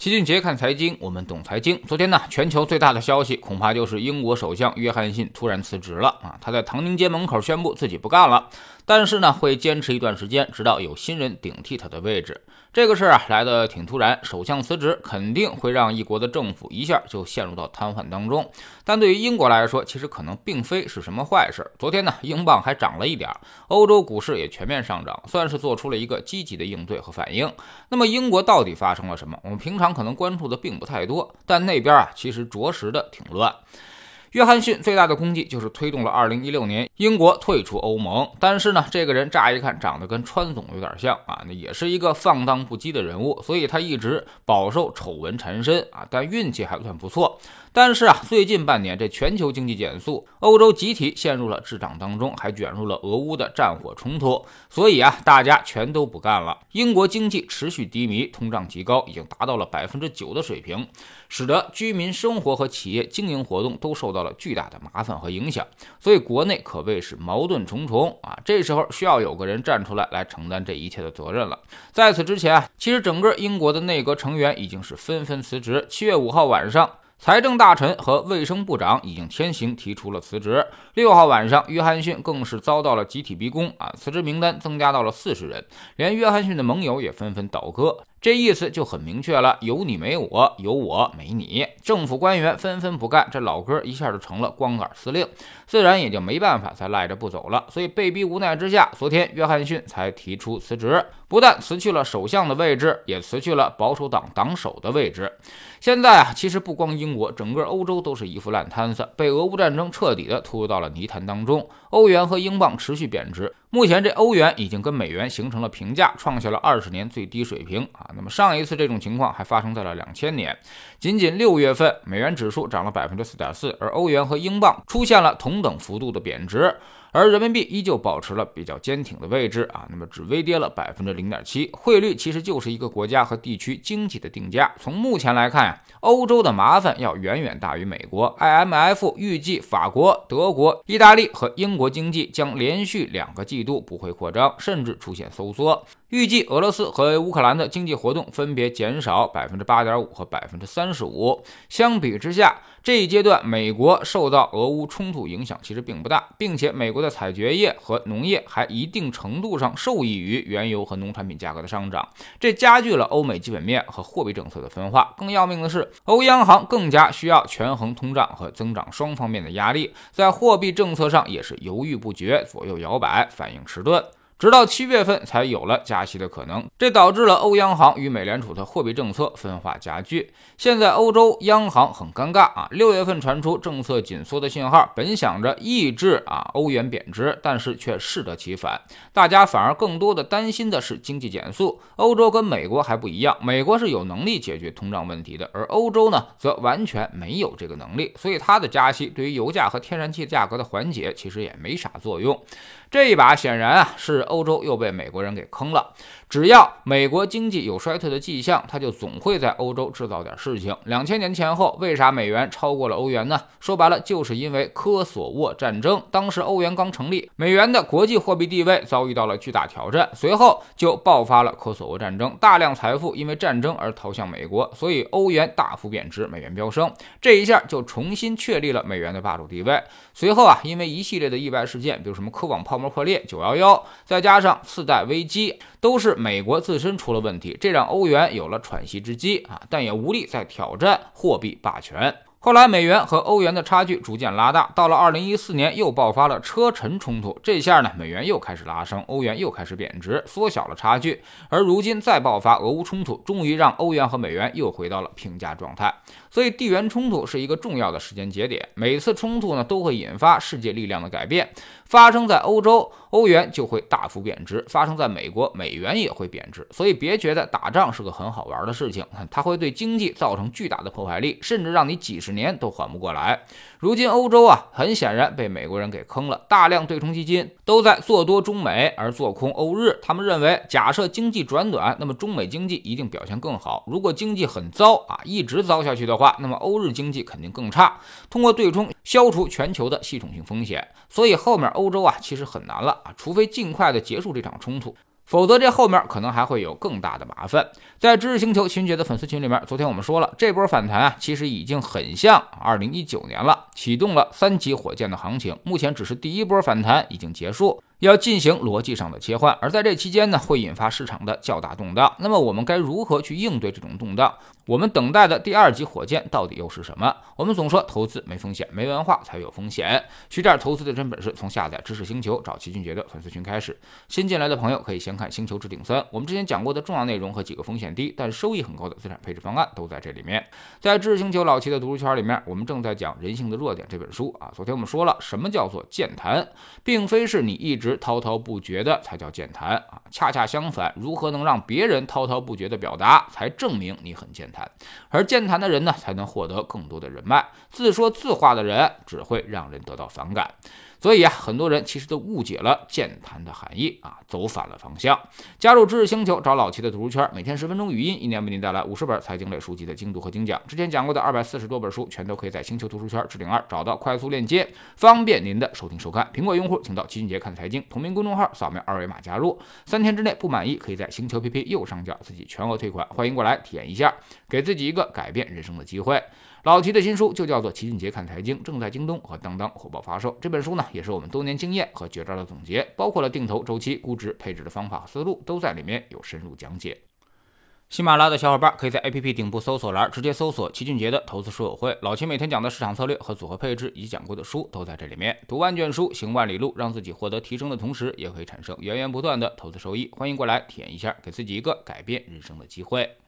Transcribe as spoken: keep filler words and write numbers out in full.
齐俊杰看财经，我们懂财经。昨天呢，全球最大的消息恐怕就是英国首相约翰逊突然辞职了啊！他在唐宁街门口宣布自己不干了，但是呢，会坚持一段时间，直到有新人顶替他的位置。这个事啊来得挺突然，首相辞职肯定会让一国的政府一下就陷入到瘫痪当中。但对于英国来说，其实可能并非是什么坏事。昨天呢，英镑还涨了一点，欧洲股市也全面上涨，算是做出了一个积极的应对和反应。那么英国到底发生了什么？我们平常可能关注的并不太多，但那边啊其实着实的挺乱。约翰逊最大的功绩就是推动了二零一六年英国退出欧盟，但是呢，这个人乍一看长得跟川总有点像啊，那也是一个放荡不羁的人物，所以他一直饱受丑闻缠身啊，但运气还算不错。但是啊，最近半年这全球经济减速，欧洲集体陷入了滞涨当中，还卷入了俄乌的战火冲突，所以啊，大家全都不干了。英国经济持续低迷，通胀极高，已经达到了百分之九的水平，使得居民生活和企业经营活动都受到了巨大的麻烦和影响，所以国内可谓是矛盾重重啊。这时候需要有个人站出来来承担这一切的责任了。在此之前啊，其实整个英国的内阁成员已经是纷纷辞职。七月五号晚上，财政大臣和卫生部长已经先行提出了辞职。六号晚上，约翰逊更是遭到了集体逼宫啊，辞职名单增加到了四十人，连约翰逊的盟友也纷纷倒戈。这意思就很明确了，有你没我，有我没你。政府官员纷纷不干，这老哥一下就成了光杆司令，自然也就没办法再赖着不走了。所以被逼无奈之下，昨天约翰逊才提出辞职，不但辞去了首相的位置，也辞去了保守党党首的位置。现在啊，其实不光英国，整个欧洲都是一副烂摊子，被俄乌战争彻底的拖入到了泥潭当中。欧元和英镑持续贬值，目前这欧元已经跟美元形成了平价，创下了二十年最低水平啊。那么上一次这种情况还发生在了两千年，仅仅六月份，美元指数涨了 百分之四点四， 而欧元和英镑出现了同等幅度的贬值。而人民币依旧保持了比较坚挺的位置啊，那么只微跌了 百分之零点七。 汇率其实就是一个国家和地区经济的定价。从目前来看啊，欧洲的麻烦要远远大于美国。 I M F 预计法国、德国、意大利和英国经济将连续两个季度不会扩张，甚至出现收缩。预计俄罗斯和乌克兰的经济活动分别减少 百分之八点五 和 百分之三十五。 相比之下，这一阶段美国受到俄乌冲突影响其实并不大，并且美国的采掘业和农业还一定程度上受益于原油和农产品价格的上涨，这加剧了欧美基本面和货币政策的分化。更要命的是，欧央行更加需要权衡通胀和增长双方面的压力，在货币政策上也是犹豫不决，左右摇摆，反应迟钝。直到七月份才有了加息的可能，这导致了欧央行与美联储的货币政策分化加剧。现在欧洲央行很尴尬啊，六月份传出政策紧缩的信号，本想着抑制啊欧元贬值，但是却适得其反。大家反而更多的担心的是经济减速。欧洲跟美国还不一样，美国是有能力解决通胀问题的，而欧洲呢则完全没有这个能力，所以它的加息对于油价和天然气价格的缓解其实也没啥作用。这一把显然啊是欧洲又被美国人给坑了。只要美国经济有衰退的迹象，它就总会在欧洲制造点事情。两千年前后，为啥美元超过了欧元呢？说白了，就是因为科索沃战争。当时欧元刚成立，美元的国际货币地位遭遇到了巨大挑战，随后就爆发了科索沃战争，大量财富因为战争而逃向美国，所以欧元大幅贬值，美元飙升。这一下就重新确立了美元的霸主地位。随后啊，因为一系列的意外事件，比如什么科网泡沫破裂、九一一，再加上次贷危机，都是美国自身出了问题，这让欧元有了喘息之机啊，但也无力再挑战货币霸权。后来美元和欧元的差距逐渐拉大，到了二零一四年又爆发了车臣冲突，这下呢美元又开始拉升，欧元又开始贬值，缩小了差距。而如今再爆发俄乌冲突，终于让欧元和美元又回到了平价状态。所以地缘冲突是一个重要的时间节点，每次冲突呢都会引发世界力量的改变。发生在欧洲，欧元就会大幅贬值；发生在美国，美元也会贬值。所以别觉得打仗是个很好玩的事情，它会对经济造成巨大的破坏力，甚至让你几十年都缓不过来。如今欧洲啊，很显然被美国人给坑了，大量对冲基金都在做多中美而做空欧日。他们认为，假设经济转短，那么中美经济一定表现更好；如果经济很糟啊，一直糟下去的话，那么欧日经济肯定更差。通过对冲消除全球的系统性风险，所以后面欧洲啊其实很难了啊，除非尽快的结束这场冲突。 否则这后面可能还会有更大的麻烦。在知识星球齐俊杰的粉丝群里面，昨天我们说了，这波反弹啊，其实已经很像二零一九年了，启动了三级火箭的行情，目前只是第一波反弹已经结束，要进行逻辑上的切换，而在这期间呢，会引发市场的较大动荡。那么我们该如何去应对这种动荡？我们等待的第二级火箭到底又是什么？我们总说投资没风险，没文化才有风险。学点投资的真本事，从下载知识星球找齐俊杰的粉丝群开始。新进来的朋友可以先看星球置顶三，我们之前讲过的重要内容和几个风险低但收益很高的资产配置方案都在这里面。在知识星球老齐的读书圈里面，我们正在讲《人性的弱点》这本书啊。昨天我们说了，什么叫做健谈，并非是你一直滔滔不绝的才叫健谈啊，恰恰相反，如何能让别人滔滔不绝的表达，才证明你很健谈。而健谈的人呢，才能获得更多的人脉。自说自话的人只会让人得到反感。所以啊，很多人其实都误解了健谈的含义啊，走反了方向。加入知识星球，找老齐的读书圈，每天十分钟语音，一年为您带来五十本财经类书籍的精读和精讲。之前讲过的二百四十多本书，全都可以在星球读书圈置顶二找到快速链接，方便您的收听收看。苹果用户请到齐俊杰看财经同名公众号，扫描二维码加入。三天之内不满意，可以在星球 A P P 右上角自己全额退款，欢迎过来体验一下，给自己一个改变人生的机会。老齐的新书就叫做《齐俊杰看财经》，正在京东和当当火爆发售。这本书呢，也是我们多年经验和绝招的总结，包括了定投、周期、估值、配置的方法和思路，都在里面有深入讲解。喜马拉雅的小伙伴可以在 A P P 顶部搜索栏直接搜索齐俊杰的投资书友会，老齐每天讲的市场策略和组合配置以及讲过的书都在这里面。读万卷书，行万里路，让自己获得提升的同时，也可以产生源源不断的投资收益。欢迎过来体验一下，给自己一个改变人生的机会。